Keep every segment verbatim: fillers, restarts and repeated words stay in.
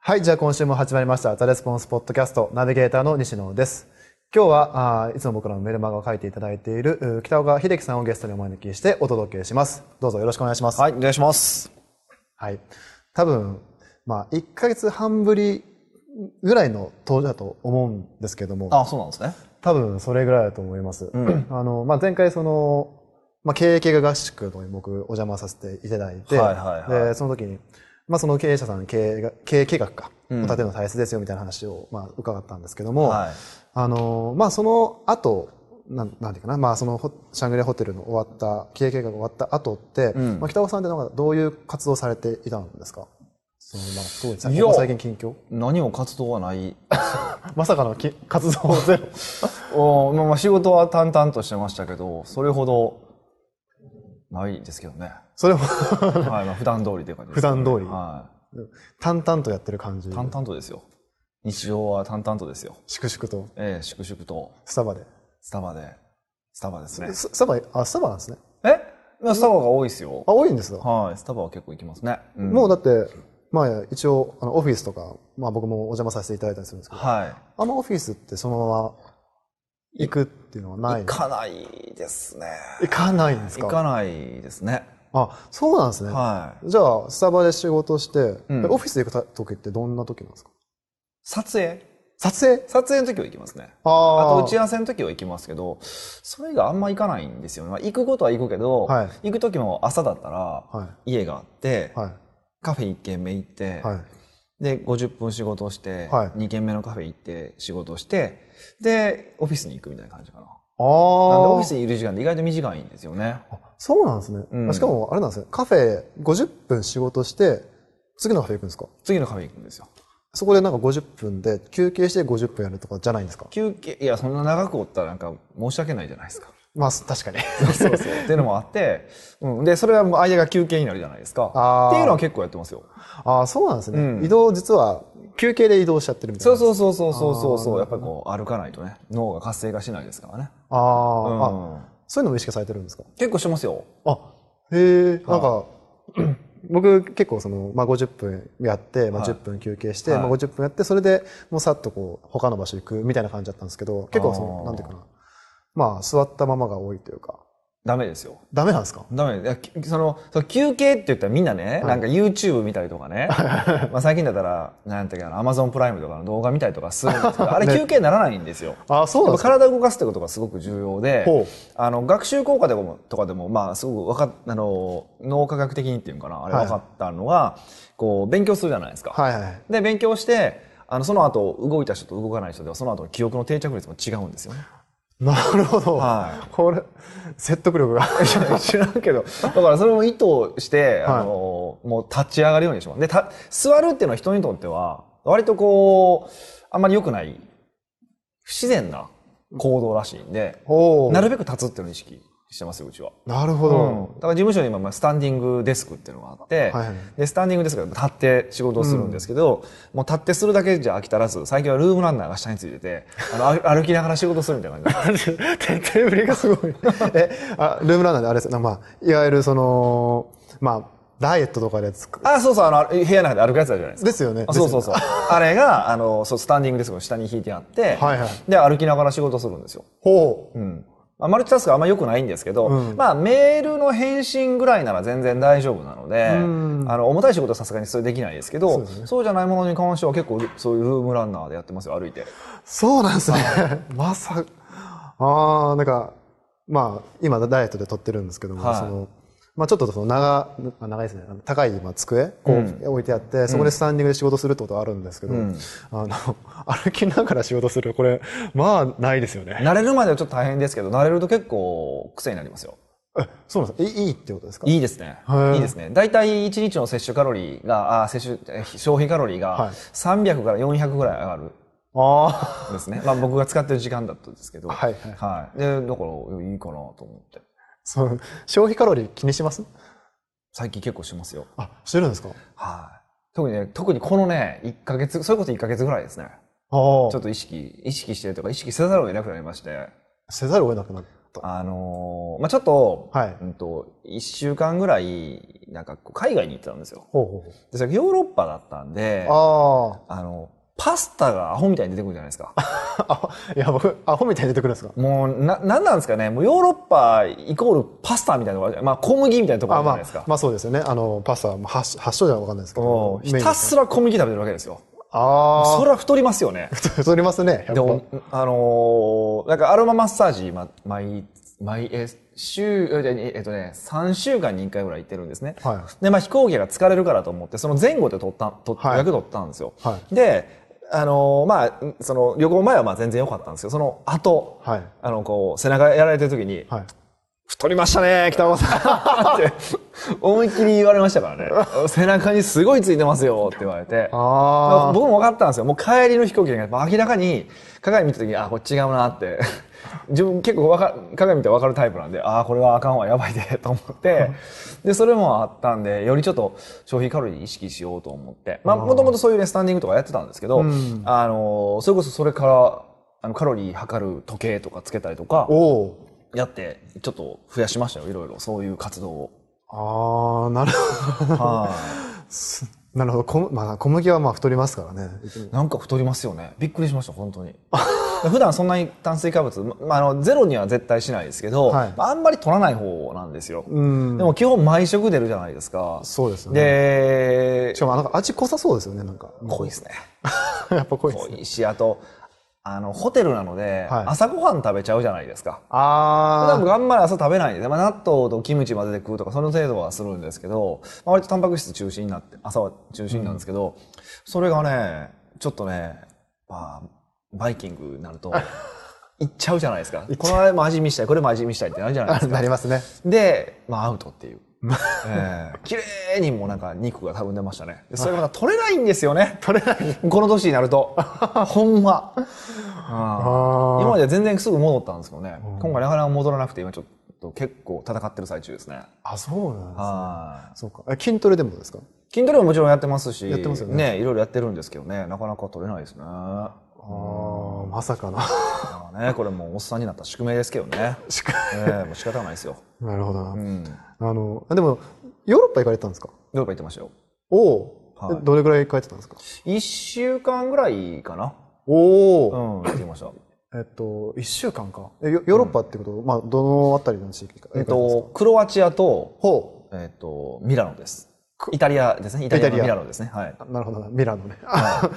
はい、じゃあ今週も始まりましたザレスポンスポッドキャストナビゲーターの西野です。今日はあいつも僕らのメルマガを書いていただいている北岡秀樹さんをゲストにお招きしてお届けします。どうぞよろしくお願いします。 はい、お願いします。 はい、多分まあいっかげつはんぶりぐらいの登場だと思うんですけども。 あ、そうなんですね。 多分それぐらいだと思います。 うん、 あのまあ前回そのまあ経営系合宿のに僕お邪魔させていただいて、はいはいはい、でその時にまあその経営者さんの経営が経営計画か。お立てるの大切ですよみたいな話をまあ伺ったんですけども、はい、あのまあその後なんなんていうかな、まあそのシャングリラホテルの終わった経営計画が終わった後って、うん、まあ北岡さんってなんかどういう活動されていたんですか？そのまあどうですか？ここ最近近況？ 何も活動はない。 まさかのき活動ゼロ。おまあまあ仕事は淡々としてましたけど、それほどないですけどね。 それもはい、まあ普段通りという感じです、 ね。普段通り。 はい。 淡々とやってる感じ。 淡々とですよ。日常は淡々とですよ。 粛々と。 ええ、粛々と。 スタバで。 スタバで。スタバですね。 スタバ、あ、スタバなんですね。 えスタバが多いですよ。 あ、多いんですよ。 はい。スタバは結構行きますね。 うん、もうだって、まあ一応、あの、オフィスとか、まあ僕もお邪魔させていただいたりするんですけど。はい。あんまオフィスってそのまま行くっていうのはない？ 行かないですね。 行かないんですか？ 行かないですね。 あ、そうなんですね。はい。じゃあ、スタバで仕事して、うん、オフィスで行く時ってどんな時なんですか？ 撮影撮影撮影の時は行きますね。ああと打ち合わせの時は行きますけど、それがあんま行かないんですよね。まあ、行くことは行くけど、はい、行く時も朝だったら、はい、家があって、はい、カフェいっ軒目行って、はい、で、ごじゅっぷん仕事をして、はい、に軒目のカフェ行って仕事をして、で、オフィスに行くみたいな感じかな。ああ。なんでオフィスにいる時間って意外と短いんですよね。 そうなんですね。うん、しかも、あれなんですね。カフェごじゅっぷん仕事して、次のカフェ行くんですか？ 次のカフェ行くんですよ。 そこでなんかごじゅっぷんで休憩してごじゅっぷんやるとかじゃないんですか？ 休憩、いや、そんな長くおったらなんか申し訳ないじゃないですか。 まあ、確かに。 そうそうそう。っていうのもあって、うん。で、それはもう間が休憩になるじゃないですか。あっていうのは結構やってますよ。 ああ、そうなんですね。うん、移動実は、休憩で移動しちゃってるみたいな。 そうそうそうそうそうそう。やっぱりこう歩かないとね、脳が活性化しないですからね。 あ、うん、あ、そういうのも意識されてるんですか？ 結構してますよ。 あ、へえ、なんか、僕結構その、まあ、ごじゅっぷんやって、まあ、じゅっぷん休憩して、はい、まあ、ごじゅっぷんやって、それでもうさっとこう、他の場所行くみたいな感じだったんですけど、結構その、なんていうかな。まあ、座ったままが多いというか。 ダメですよ。 ダメなんですか？ ダメ。その、その休憩って言ったらみんなね、はい、なんか YouTube 見たりとかね、まあ最近だったら、なんていうかな、Amazon プライムとかの動画見たりとかするんですけど、あれ休憩にならないんですよ。 あ、そうなんですか？ 体を動かすってことがすごく重要で、あの、学習効果でも、とかでも、まあ、すごくわかっ、あの、脳科学的にっていうかな、あれ分かったのは、はい、こう、勉強するじゃないですか。はいはい。で、勉強して、あの、その後、動いた人と動かない人では、その後の記憶の定着率も違うんですよね。 なるほど。はい。これ、説得力が。 知らんけど。だからそれも意図して、あの、はい、もう立ち上がるようにします。で、た、座るっていうのは人にとっては、割とこう、あんまり良くない、不自然な行動らしいんで、なるべく立つっていうのを意識してますよ、うちは。 なるほど。うん、 だから事務所に今、スタンディングデスクっていうのがあって、はいはい、で、スタンディングデスクで立って仕事をするんですけど、うん、もう立ってするだけじゃ飽き足らず、最近はルームランナーが下についてて、あの、歩きながら仕事するみたいな感じで。 徹底ぶりがすごい。え、あ、ルームランナーであれですよ。まあ、いわゆるその、まあ、ダイエットとかでつく。 あ、そうそう、あの、部屋の中で歩くやつあるじゃないですか。 ですよね。 あ、そうそうそう。あれが、あの、そう、スタンディングデスクの下に引いてあって、はいはい。で、歩きながら仕事するんですよ。ほう。うん。マルチタスクはあんま良くないんですけど、うん、まあメールの返信ぐらいなら全然大丈夫なので、あの、重たい仕事はさすがにそれできないですけど、そうですね、そうじゃないものに関しては結構そういうルームランナーでやってますよ、歩いて。 そうなんですね。まさ、ああ、なんか、まあ、今ダイエットで撮ってるんですけども、はい、その、まあちょっとその長、長いですね。高い今机、こう置いてあって、うん、そこでスタンディングで仕事するってことはあるんですけど、うん、あの、歩きながら仕事する、これ、まあないですよね。 慣れるまではちょっと大変ですけど、慣れると結構癖になりますよ。 え、そうなんですか？いいってことですか？ いいですね。いいですね。だいたいいちにちの摂取カロリーが、あ、摂取、消費カロリーがさんびゃくからよんひゃくぐらい上がる。ああ。ですね。まあ僕が使ってる時間だったんですけど。はい、はい。はい。で、だからいいかなと思って。 そう、消費カロリー気にします？ 最近結構しますよ。 あ、してるんですか？ はい。特にね、特にこのね、いっかげつ、それこそいっかげつぐらいですね。ああ。ちょっと意識、意識してるとか、意識せざるを得なくなりまして。 せざるを得なくなったあのー、まあちょっと、はい、うんと、一週間ぐらい、なんか海外に行ってたんですよ。ほうほうほう。で、それヨーロッパだったんで、ああの、パスタがアホみたいに出てくるじゃないですか。 いや、僕、アホみたいに出てくるんですか？ もう、な、なんなんですかね。もうヨーロッパイコールパスタみたいなところ、まあ小麦みたいなところじゃないですか。 あまあ、まあそうですよね。あの、パスタ、発発祥じゃわかんないですけど。 ひたすら小麦食べてるわけですよ。ああ。それは太りますよね。 太りますね。 でも、あのー、なんかアロママッサージ、ま、毎、毎、え、週、えっとね、さんしゅうかんにいっかいぐらい行ってるんですね。はい。で、まあ飛行機が疲れるからと思って、その前後で取った、取予約取ったんですよ。はい。で、あのー、まあ、その、旅行前はまあ全然良かったんですけど、その後、はい。あの、こう、背中やられてる時に、はい。太りましたね、北川さんって、思いっきり言われましたからね。背中にすごいついてますよって言われて。あ僕も分かったんですよ。もう帰りの飛行機で明らかに鏡見た時に、あ、これ違うなって。自分結構わか鏡見て分かるタイプなんで、ああ、これはあかんわ、やばいで、と思って。で、それもあったんで、よりちょっと消費カロリー意識しようと思って。まあ、もともとそういうね、スタンディングとかやってたんですけど、うん、あの、それこそそれから、あの、カロリー測る時計とかつけたりとか、やって、ちょっと増やしましたよ、いろいろ。そういう活動を。 ああ、なるほど。はい。なるほど。小、まあ、小麦はまあ太りますからね。 なんか太りますよね。びっくりしました、本当に。普段そんなに炭水化物、まあ、あの、ゼロには絶対しないですけど、はい、あんまり取らない方なんですよ。うんでも基本毎食出るじゃないですか。 そうですよね。 で、 しかもなんか味濃さそうですよね、なんか。 濃いですね。 やっぱ濃いですね。 濃いし、あと、あの、ホテルなので、はい、朝ごはん食べちゃうじゃないですか。ああ。普段僕あんまり朝食べないんで、まあ、納豆とキムチ混ぜて食うとか、その程度はするんですけど、まあ、割とタンパク質中心になって、朝は中心なんですけど、うん、それがね、ちょっとね、まあ、バイキングになると、いっちゃうじゃないですか。これも味見したい、これも味見したいってなるじゃないですか。 なりますね。 で、まあアウトっていう。えー、綺麗にもうなんか肉がたるんでましたね。それがまた取れないんですよね。 取れない。 この年になると。ほんま。あ今までは全然すぐ戻ったんですけどね。うん、今回なかなか戻らなくて今ちょっと結構戦ってる最中ですね。 あ、そうなんですね。あそうか。筋トレでもですか？ 筋トレももちろんやってますし。 やってますよね。 ね、いろいろやってるんですけどね。なかなか取れないですね。ああ、まさかな。 まあね、これもうおっさんになった宿命ですけどね。宿命。えー、もう仕方ないですよ。 なるほどな。うん、あの、でも、ヨーロッパ行かれてたんですか？ ヨーロッパ行ってましたよ。 おお、はい。どれぐらい帰ってたんですか？ 一週間ぐらいかな。 おお。 うん、行ってきました。 えっと、一週間か。え、ヨーロッパってこと、うん、まあ、どのあたりの地域か。 えっと、クロアチアと、ほう。えっと、ミラノです。イタリアですね。イタリアのミラノですね。はい。 なるほどな。ミラノね。はい、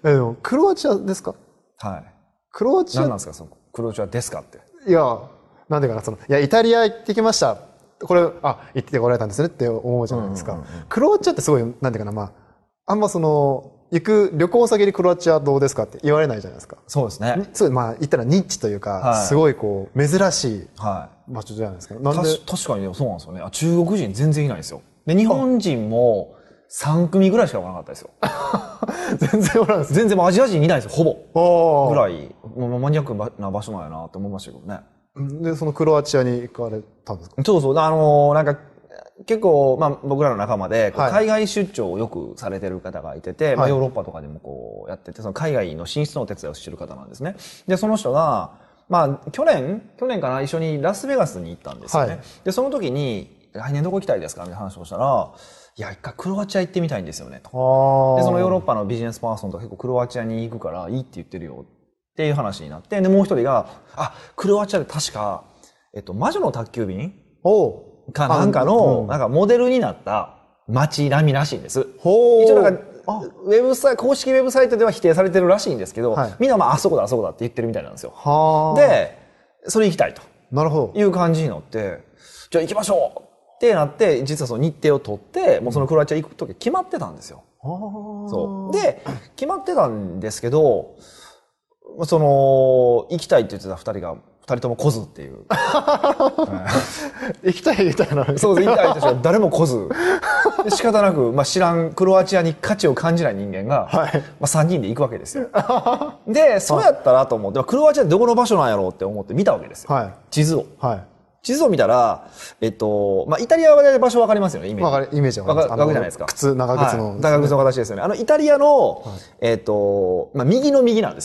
えでも、クロアチアですか？ はい。 クロアチア。 何なんですかその、クロアチアですかって。 いや、なんでかな、その、いや、イタリア行ってきました。これ、あ、行ってこられたんですねって思うじゃないですか。クロアチアってすごい、なんていうかな、まあ、あんまその、行く旅行先でクロアチアどうですかって言われないじゃないですか。 そうですね。 そう、まあ、言ったらニッチというか、はい、すごいこう、珍しい場所じゃないですか。なんで確かにそうなんですよね。あ、中国人全然いないですよ。で、日本人もさん組ぐらいしかおらなかったですよ。 全然おらんです。 全然もうアジア人いないですよ、ほぼ。ぐらい、もうマニアックな場所なんやなって思いましたけどね。 で、そのクロアチアに行かれたんですか？ そうそう。あのー、なんか、結構、まあ僕らの仲間で、はい、海外出張をよくされてる方がいてて、はい、まあヨーロッパとかでもこうやってて、その海外の進出のお手伝いをしてる方なんですね。で、その人が、まあ去年、去年かな、一緒にラスベガスに行ったんですよね。はい、で、その時に、来年どこ行きたいですかみたいな話をしたら、いや、一回クロアチア行ってみたいんですよね、と。で、そのヨーロッパのビジネスパーソンとか結構クロアチアに行くからいいって言ってるよっていう話になって、で、もう一人が、あ、クロアチアで確か、えっと、魔女の宅急便おかなんかの、なんかモデルになった街並みらしいんです。一応なんか、ウェブサイト、公式ウェブサイトでは否定されてるらしいんですけど、はい、みんなまあ、あそこだ、あそこだって言ってるみたいなんですよ。で、それ行きたいと。 なるほど。 いう感じになって、じゃあ行きましょうってなって、実はその日程を取って、もうそのクロアチア行くとき決まってたんですよ。そう。で、決まってたんですけど、その、行きたいって言ってた二人が、二人とも来ずっていう。 行きたいみたいな。 そう、行きたいって人は誰も来ず。仕方なく、まあ知らん、クロアチアに価値を感じない人間が、はい、まあ三人で行くわけですよ。で、そうやったらと思って、クロアチアどこの場所なんやろうって思って見たわけですよ。はい、地図を。はい、地図を見たら、えっと、まあイタリアは場所わかりますよね、イメージ。 わかる、イメージはわかる。 わかるじゃないですか。 靴、長靴の、 はい。長靴の形ですよね。あの、イタリアの、はい、えっと、まあ右の右なんですよ。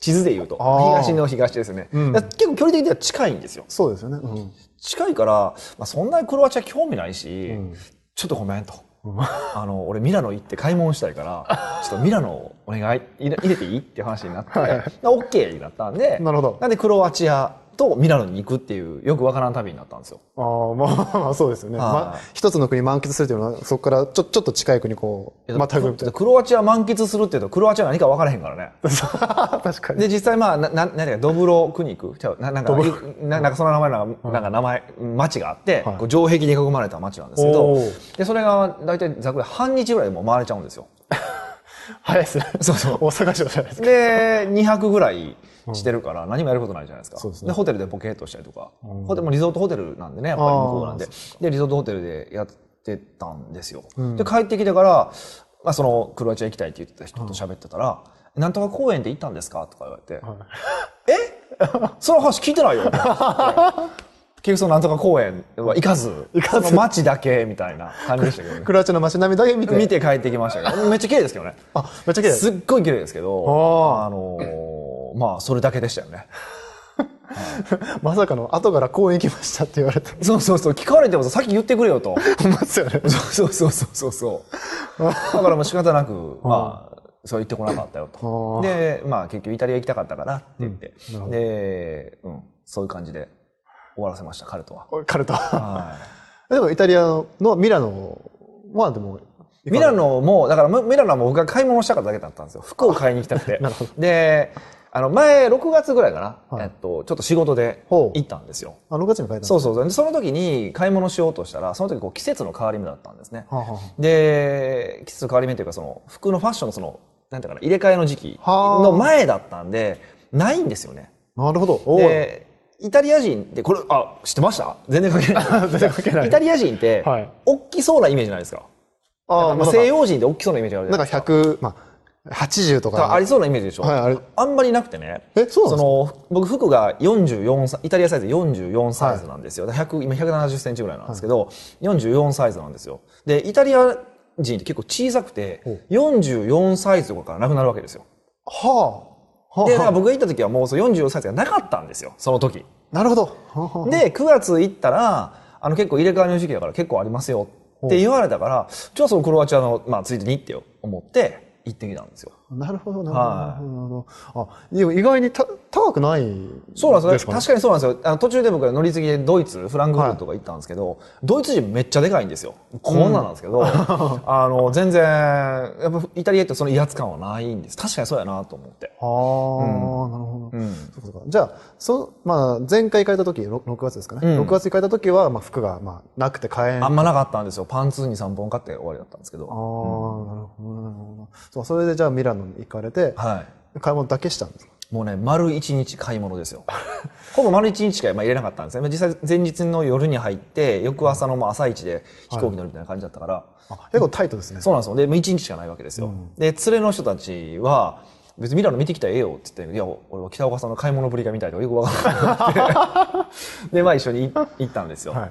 地図で言うと。東の東ですよね。うん、結構距離的には近いんですよ。 そうですよね。うん、 近いから、まあ、そんなにクロアチア興味ないし、うん、ちょっとごめんと。あの、俺ミラノ行って買い物したいから、ちょっとミラノお願い、入れていいっていう話になって、はい、オッケーになったんで、 なるほど。 なんでクロアチアとミラノに行くっていうよくわからん旅になったんですよ。 ああ、まあまあそうですよね。まあ、一つの国満喫するっていうのは、そこからちょ、ちょっと近い国こう、またぐみたいな。 クロアチア満喫するっていうと、クロアチア何か分からへんからね。 確かに。 で、実際まあ、な、な、なんか、ドブロクニクちゃう、な、なんか、ななんかその名前の、なんか名前、町があって、はい、こう城壁に囲まれた町なんですけど、で、それが大体ざっくり半日ぐらいでもう回れちゃうんですよ。 早いですね。 そうそう。 大阪城じゃないですか。 で、にはくぐらいしてるから何もやることないじゃないですか。 そうですね。 で、ホテルでボケーっとしたりとか、うん、ホテルもリゾートホテルなんでね、やっぱり向こうなんで。で、リゾートホテルでやってたんですよ。うん、で、帰ってきてから、まあその、クロアチア行きたいって言ってた人と喋ってたら、うん、なんとか公園で行ったんですかとか言われて、はい、えその話聞いてないよ結局そのなんとか公園は行かず、行かずその街だけみたいな感じでしたけどね。 クロアチアの街並みだけ見て。 見て帰ってきましたけど。めっちゃ綺麗ですけどね。 あ、めっちゃ綺麗すっごい綺麗ですけど、あのー、まあ、それだけでしたよね。 まさかの後から公園行きましたって言われて。 そうそうそう、聞かれてもさっき言ってくれよと。 思いますよね。 そうそうそうそうそう。だからもう仕方なく、まあ、そう言ってこなかったよと。で、まあ結局イタリア行きたかったからって言って。うん、で、うん、そういう感じで。終わらせました、彼とは。 彼とは。はい。でもイタリアのミラノはでも。 ミラノも、だからミラノはもう僕が買い物したかっただけだったんですよ。服を買いに行きたくて。 なるほど。 で、あの、前、ろくがつぐらいかな。はい、えっと、ちょっと仕事で行ったんですよ。 あ、ろくがつに帰ったんですか？ そうそうそう。その時に買い物しようとしたら、その時こう季節の変わり目だったんですね。はあはあ、で、季節の変わり目というか、その服のファッションのその、なんていうかな、入れ替えの時期の前だったんで、ないんですよね。 なるほど。 で、イタリア人って、これ、あ、知ってました？全然関係ない。 全然関係ない。 イタリア人って、はい、大きそうなイメージないですか？ああ、西洋人って大きそうなイメージあるじゃないですか。 なんかひゃく、まあ、はちじゅうとか。 ありそうなイメージでしょ？はい、あれ。あんまりなくてね。 え、そうなんですか？その、 僕服がよんじゅうよんサイズ、イタリアサイズよんじゅうよんサイズなんですよ。はい、ひゃく、今ひゃくななじゅっセンチぐらいなんですけど、はい、よんじゅうよんサイズなんですよ。で、イタリア人って結構小さくて、よんじゅうよんサイズとかからなくなるわけですよ。 はあ。 で、だから僕が行った時はもうそのよんじゅうよんサイズがなかったんですよ、その時。 なるほど。 で、くがつ行ったら、あの結構入れ替わりの時期だから結構ありますよって言われたから、じゃあそのクロアチアの、まあついでに行ってよ、思って行ってきたんですよ。 なるほど、なるほど。はい、なるほど。あ、でも意外にた高くないそうなんですよ。確かにそうなんですよ。あの途中で僕は乗り継ぎでドイツ、フランクフルトとか行ったんですけど、はい、ドイツ人めっちゃでかいんですよ。こんなんなんですけど、うん、あの、全然、やっぱイタリアってその威圧感はないんです。確かにそうやなと思って。 はあ、うん、なるほど。うん、そうそうか。じゃあ、そ、まあ、前回帰った時、ろくがつですかね。うん、ろくがつに帰った時は、まあ、服が、まあ、なくて買えん。 あんまなかったんですよ。パンツにさんぼん買って終わりだったんですけど。 ああ、うん、なるほど、なるほど。そう、それでじゃあミラノに行かれて、はい。買い物だけしたんですか？ もうね、丸一日買い物ですよ。ほぼ丸一日しか、まあ、入れなかったんですね。実際前日の夜に入って、翌朝のまあ朝一で飛行機乗るみたいな感じだったから。はい、 あ、結構タイトですね。 そうなんですよ。で、もう一日しかないわけですよ。うん、で、連れの人たちは、別にミラノ見てきたらええよって言って、いや、俺は北岡さんの買い物ぶりが見たいとかよくわからなくて。で、まあ一緒に行ったんですよ。はい、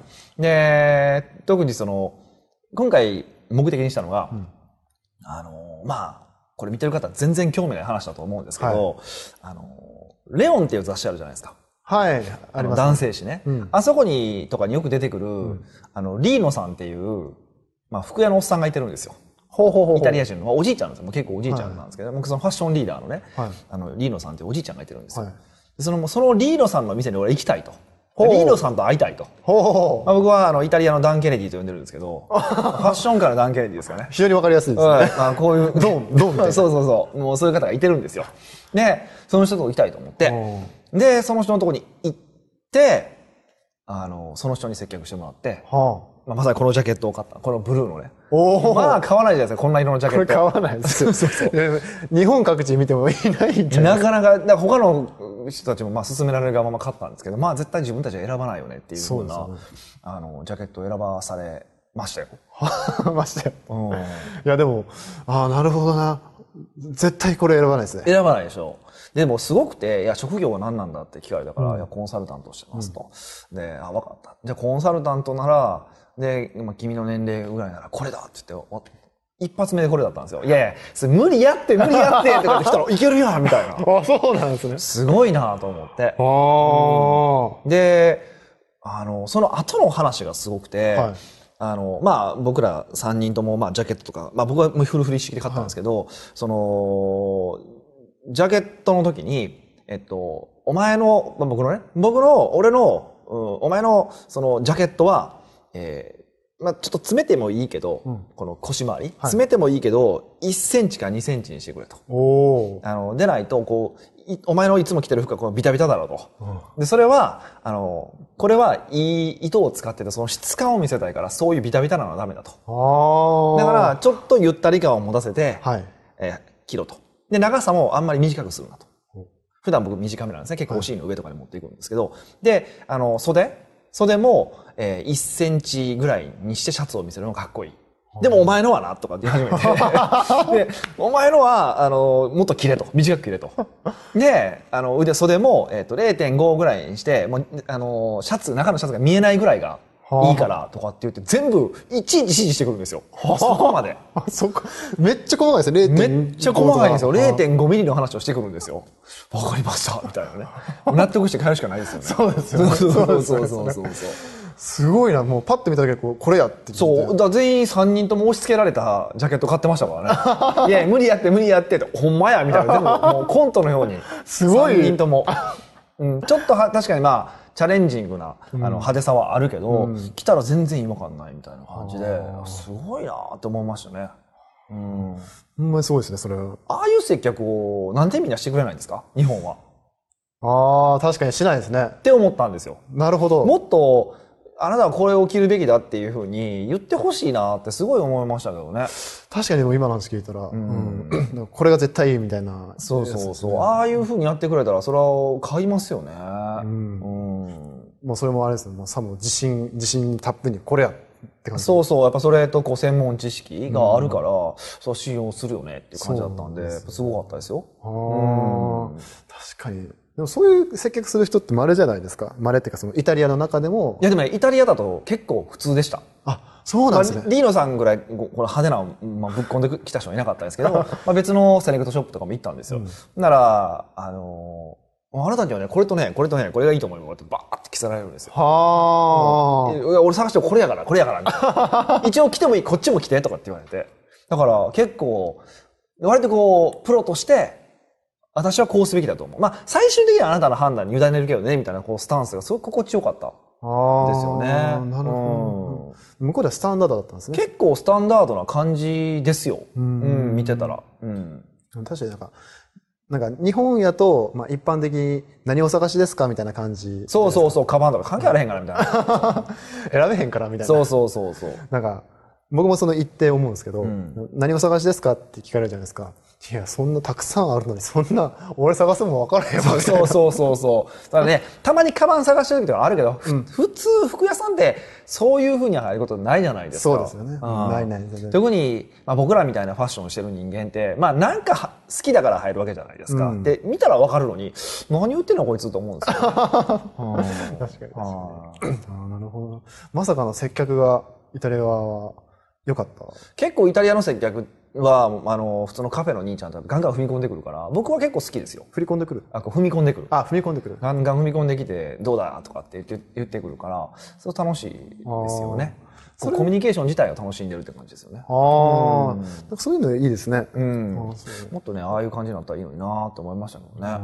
で、特にその、今回目的にしたのが、うん、あの、まあ、これ見てる方は全然興味ない話だと思うんですけど、はい、あの、レオンっていう雑誌あるじゃないですか。 はい、あります、ね。 男性誌ね、うん。あそこに、とかによく出てくる、うん、あの、リーノさんっていう、まあ、服屋のおっさんがいてるんですよ。 ほうほうほうほう。 イタリア人の、まあ、おじいちゃんなんですよ。もう結構おじいちゃんなんですけど、はい、僕そのファッションリーダーのね、はい、あの、リーノさんっていうおじいちゃんがいてるんですよ。はい、その、そのリーノさんの店に俺行きたいと。リーノさんと会いたいと。ほう、まあ、僕はあのイタリアのダン・ケネディと呼んでるんですけど、ファッション界のダン・ケネディですかね。 非常にわかりやすいですね。はい、 あこういう、 ドン、ドンみたいな。 そうそうそう。もうそういう方がいてるんですよ。で、その人と行きたいと思って、で、その人のところに行って、あの、その人に接客してもらって、はあ、まあ、まさにこのジャケットを買った。このブルーのね。おまあ買わないじゃないですか、こんな色のジャケット。 これ買わないです。そうそうそう。日本各地見てもいないんじゃないですか。 なかなか、だから他の人たちもまあ勧められるがまま買ったんですけど、まあ絶対自分たちは選ばないよねっていうふうな、うあの、ジャケットを選ばされましたよ。 ましたよ。うん、いやでも、ああ、なるほどな。絶対これ選ばないですね。 選ばないでしょ。でもすごくて、いや、職業は何なんだって聞かれたから、うん、いや、コンサルタントしてますと。うん、で、あ、わかった。じゃあコンサルタントなら、で、まあ、君の年齢ぐらいならこれだって言って、 一発目でこれだったんですよ。いやいや、それ無理やって無理やってって言ったらいけるやんみたいな。 あ、そうなんですね。 すごいなと思って。 あうん、で、あの、その後の話がすごくて、はい、あの、まあ、僕らさんにんとも、まあ、ジャケットとか、まあ、僕はフルフリ式で買ったんですけど、はい、その、ジャケットの時に、えっと、お前の、まあ、僕のね、僕の、俺の、うん、お前の、その、ジャケットは、えー、まあ、ちょっと詰めてもいいけど、うん、この腰回り、はい、詰めてもいいけど、いっセンチかにセンチにしてくれと。おあの、でないと、こう、お前のいつも着てる服はこうビタビタだろうと。うん、で、それは、あの、これはいい糸を使ってて、その質感を見せたいから、そういうビタビタなのはダメだと。だから、ちょっとゆったり感を持たせて、はい、えー、着ろと。で、長さもあんまり短くするなと。普段僕短めなんですね。結構お尻の上とかに持っていくんですけど。はい、で、あの、袖袖も、えー、いっセンチぐらいにしてシャツを見せるのがかっこいい。でもお前のはなとかって言い始めて。で、お前のは、あの、もっと切れと。短く切れと。で、あの、腕、袖も、えっと、れいてんご ぐらいにして、もう、あの、シャツ、中のシャツが見えないぐらいがいいからとかって言って、全部、いちいち指示してくるんですよ。そこまで。そこ、 めっちゃ細かいですね。 めっちゃ細かいんですよ。れいてんご ミリの話をしてくるんですよ。わかりました。みたいなね。納得して帰るしかないですよね。 そうですよね。 そうそうそうそうそう。 すごいな、もうパッと見ただけこれやってそう、だ全員さんにんとも押し付けられたジャケット買ってましたからね。いや、無理やって無理やってって、ほんまや、みたいな。でも、もうコントのように。すごい。さんにんとも。うん、ちょっとは、確かにまあ、チャレンジングな、あの、派手さはあるけど、うん、来たら全然違和感ないみたいな感じで、すごいなって思いましたね。うん。 ほんまにすごいですね、それは。 ああいう接客を、なんでみんなしてくれないんですか日本は。 ああ、確かにしないですね。 って思ったんですよ。 なるほど。 もっと、あなたはこれを着るべきだっていうふうに言ってほしいなってすごい思いましたけどね。 確かにでも今の話聞いたら、うんうん、これが絶対いいみたいな、ね。 そうそうそう。ああいうふうにやってくれたらそれは買いますよね。うん。 うん、もうそれもあれですね。もうさも自信、自信たっぷりにこれやって感じ。 そうそう。やっぱそれとこう専門知識があるから、うん、そう信用するよねっていう感じだったんで、す, すごかったですよ。あうん、確かに。でもそういう接客する人って稀じゃないですか。稀っていうかそのイタリアの中でも。 いやでもね、イタリアだと結構普通でした。 あ、そうなんですね。 リーノさんぐらいこれ派手な、まあ、ぶっ込んできた人はいなかったんですけど、まあ別のセレクトショップとかも行ったんですよ。うん、なら、あのー、あなたにはね、これとね、これとね、これがいいと思うよってバーって着せられるんですよ。はあ。俺探してこれやから、これやからみたいな。一応着てもいい、こっちも着てとかって言われて。だから結構、割とこう、プロとして、私はこうすべきだと思う。まあ、最終的にはあなたの判断に委ねるけどね、みたいなこうスタンスがすごく心地よかった。ですよね。 なるほど、うん。向こうではスタンダードだったんですね。 結構スタンダードな感じですよ。うん、うん、見てたら。うん。 確かになんか、なんか日本やと、まあ一般的に何をお探しですかみたいな感じ。 そうそうそう、カバンとか関係あらへんからみたいな。 選べへんからみたいな。 そうそうそうそう。 なんか、僕もその言って思うんですけど、うん、何をお探しですかって聞かれるじゃないですか。いや、そんなたくさんあるのに、そんな、俺探すも分からへんわ。 そうそうそうそう。だからね、たまにカバン探してる時とかあるけど、うん、普通、服屋さんってそういう風に入ることないじゃないですか。 そうですよね。ないないですね。 特に、まあ、僕らみたいなファッションしてる人間って、まあなんか好きだから入るわけじゃないですか。うん、で、見たら分かるのに、何言ってんのこいつと思うんですよ、ね。確かに確かに。ああ、なるほど。まさかの接客がイタリアは良かった。 結構イタリアの接客は、あの、普通のカフェの兄ちゃんとガンガン踏み込んでくるから、僕は結構好きですよ。 振り込んでくるあ、こう踏み込んでくる。 あ、踏み込んでくる。 ガンガン踏み込んできて、どうだとかって言って言ってくるから、そう楽しいですよね。コミュニケーション自体を楽しんでるって感じですよね。ああ、うん、そういうのいいですね。 うん。もっとね、ああいう感じになったらいいのになと思いましたけどね。うん。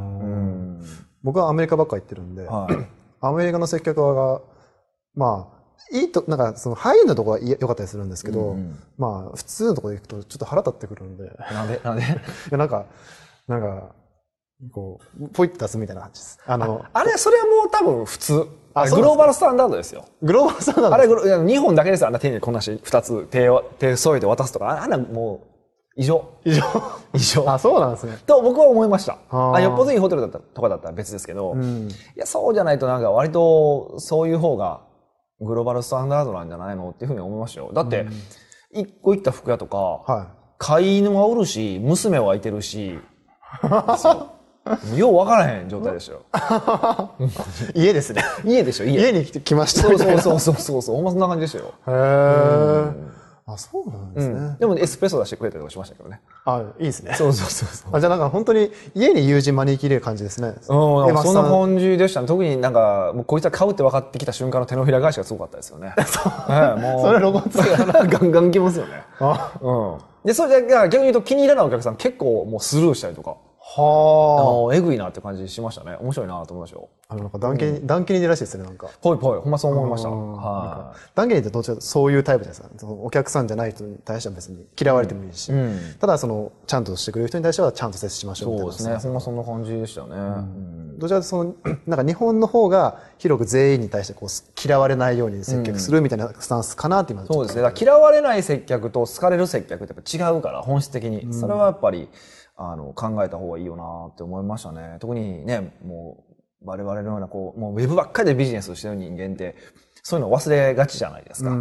僕はアメリカばっか行ってるんで、はい、アメリカの接客が、まあ、いいと、なんか、その、ハイエンドのところは良かったりするんですけど、うん、まあ、普通のところで行くと、ちょっと腹立ってくるんで。 なんでなんでいや、なんか、なんか、こう、ポイって出すみたいな感じです。 あの、あ, あれ、それはもう多分普通。あ、グローバルスタンダードですよ。 グローバルスタンダードあれ、日本だけですよ。あんな手にこんなし、二つ手を、手添えて渡すとか、あんなもう、異常。 異常。 異常。 あ、そうなんですね。 と僕は思いました。あ、よっぽどいいホテルだったとかだったら別ですけど、うん、いや、そうじゃないとなんか割と、そういう方が、グローバルスタンダードなんじゃないのっていうふうに思いましたよ。だって、一個行った服屋とか、はい、飼い犬はおるし、娘はいてるし、よう分からへん状態でしたよ。 家ですね。 家でしょ、家。 家に来ましたそうそうそうそうそう。ほんまそんな感じでしたよ。 へー。 あ、そうなんですね、うん。 でもエスプレッソ出してくれたりとかしましたけどね。 あ、いいですね。 そうそうそうそう。 あ、じゃあなんか本当に家に友人招き入れる感じですね。うん、 そんな感じでしたね。特になんか、もうこいつは買うって分かってきた瞬間の手のひら返しがすごかったですよね。 そう。はい、もう。それロゴつけたらガンガン来ますよね。あ、うん。で、それで逆に言うと気に入らないお客さん結構もうスルーしたりとか。はあ。えぐいなって感じしましたね。面白いなと思いましたよ。 あの、なんか、団家に、団家に出るらしいですね、なんか。 ぽいぽい、ほんまそう思いました。はい。団家にってどっちかそういうタイプじゃないですか。お客さんじゃない人に対しては別に嫌われてもいいし。うんうん、ただ、その、ちゃんとしてくれる人に対してはちゃんと接しましょうみたいな。 そうですね。ほんまそんな感じでしたよね。うん、 どちらかというと、その、なんか日本の方が広く全員に対してこう、嫌われないように接客するみたいなスタンスかなって今、 そうですね。だから嫌われない接客と好かれる接客ってやっぱ違うから、本質的に。うん、それはやっぱり、あの、考えた方がいいよなって思いましたね。特にね、もう、我々のような、こう、もうウェブばっかりでビジネスをしてる人間って、そういうの忘れがちじゃないですか。うん、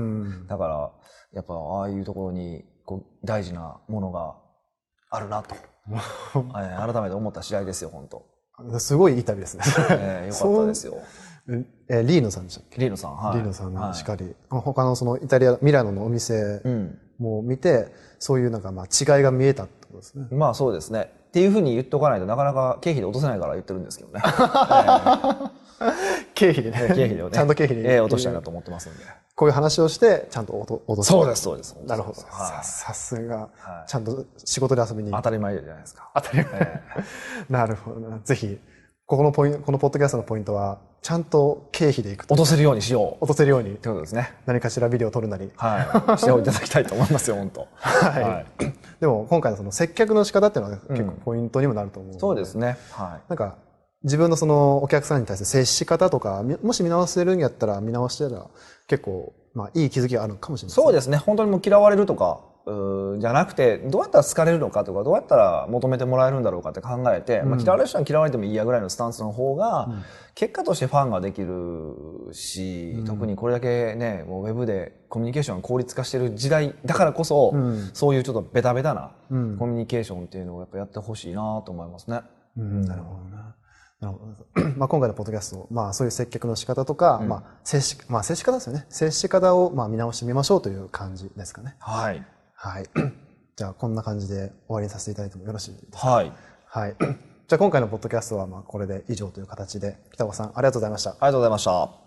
だから、やっぱ、ああいうところに、こう、大事なものがあるなと、改めて思った次第ですよ、本当。 すごいいい旅ですね。 えー、よかったですよ。 えー、リーノさんでしたっけ？ リーノさん、はい。 リーノさんのしかり、はい、他のそのイタリア、ミラノのお店も見て、うん、そういうなんかまあ違いが見えたってことですね。 まあそうですね。っていうふうに言っとかないとなかなか経費で落とせないから言ってるんですけどね。えー、 経費でね。 経費でね。 ちゃんと経費で、 えー、落としたいなと思ってますんで。 こういう話をして、ちゃんと落とす。 そうです、そうです。 なるほど。はい、さすが、ちゃんと仕事で遊びに。 当たり前じゃないですか。 当たり前。えー、なるほどな。ぜひ、ここのポイント、このポッドキャストのポイントは、ちゃんと経費でいくと。 落とせるようにしよう。落とせるように。 ってことですね。 何かしらビデオを撮るなり。 はい。していただきたいと思いますよ、本当。 はい。はい、でも、今回のその接客の仕方っていうのは結構ポイントにもなると思うので、うん。 そうですね。はい。 なんか、自分のそのお客さんに対する接し方とか、もし見直せるんやったら見直してたら、結構、まあ、いい気づきがあるかもしれないですね。 そうですね。本当にもう嫌われるとか、じゃなくて、どうやったら好かれるのかとか、どうやったら求めてもらえるんだろうかって考えて、うん、まあ、嫌われる人は嫌われてもいいやぐらいのスタンスの方が、うん、結果としてファンができるし、うん、特にこれだけね、もうウェブでコミュニケーションが効率化してる時代だからこそ、うん、そういうちょっとベタベタなコミュニケーションっていうのをやっぱやってほしいなと思いますね。 うん、なるほどな。なるほど。まあ今回のポッドキャスト、まあそういう接客の仕方とか、うん、まあ接し、まあ接し方ですよね。接し方をまあ見直してみましょうという感じですかね。 はい。 はい。じゃあこんな感じで終わりにさせていただいてもよろしいですか？ はい。 はい。じゃあ今回のポッドキャストはまあこれで以上という形で、北岡さんありがとうございました。ありがとうございました。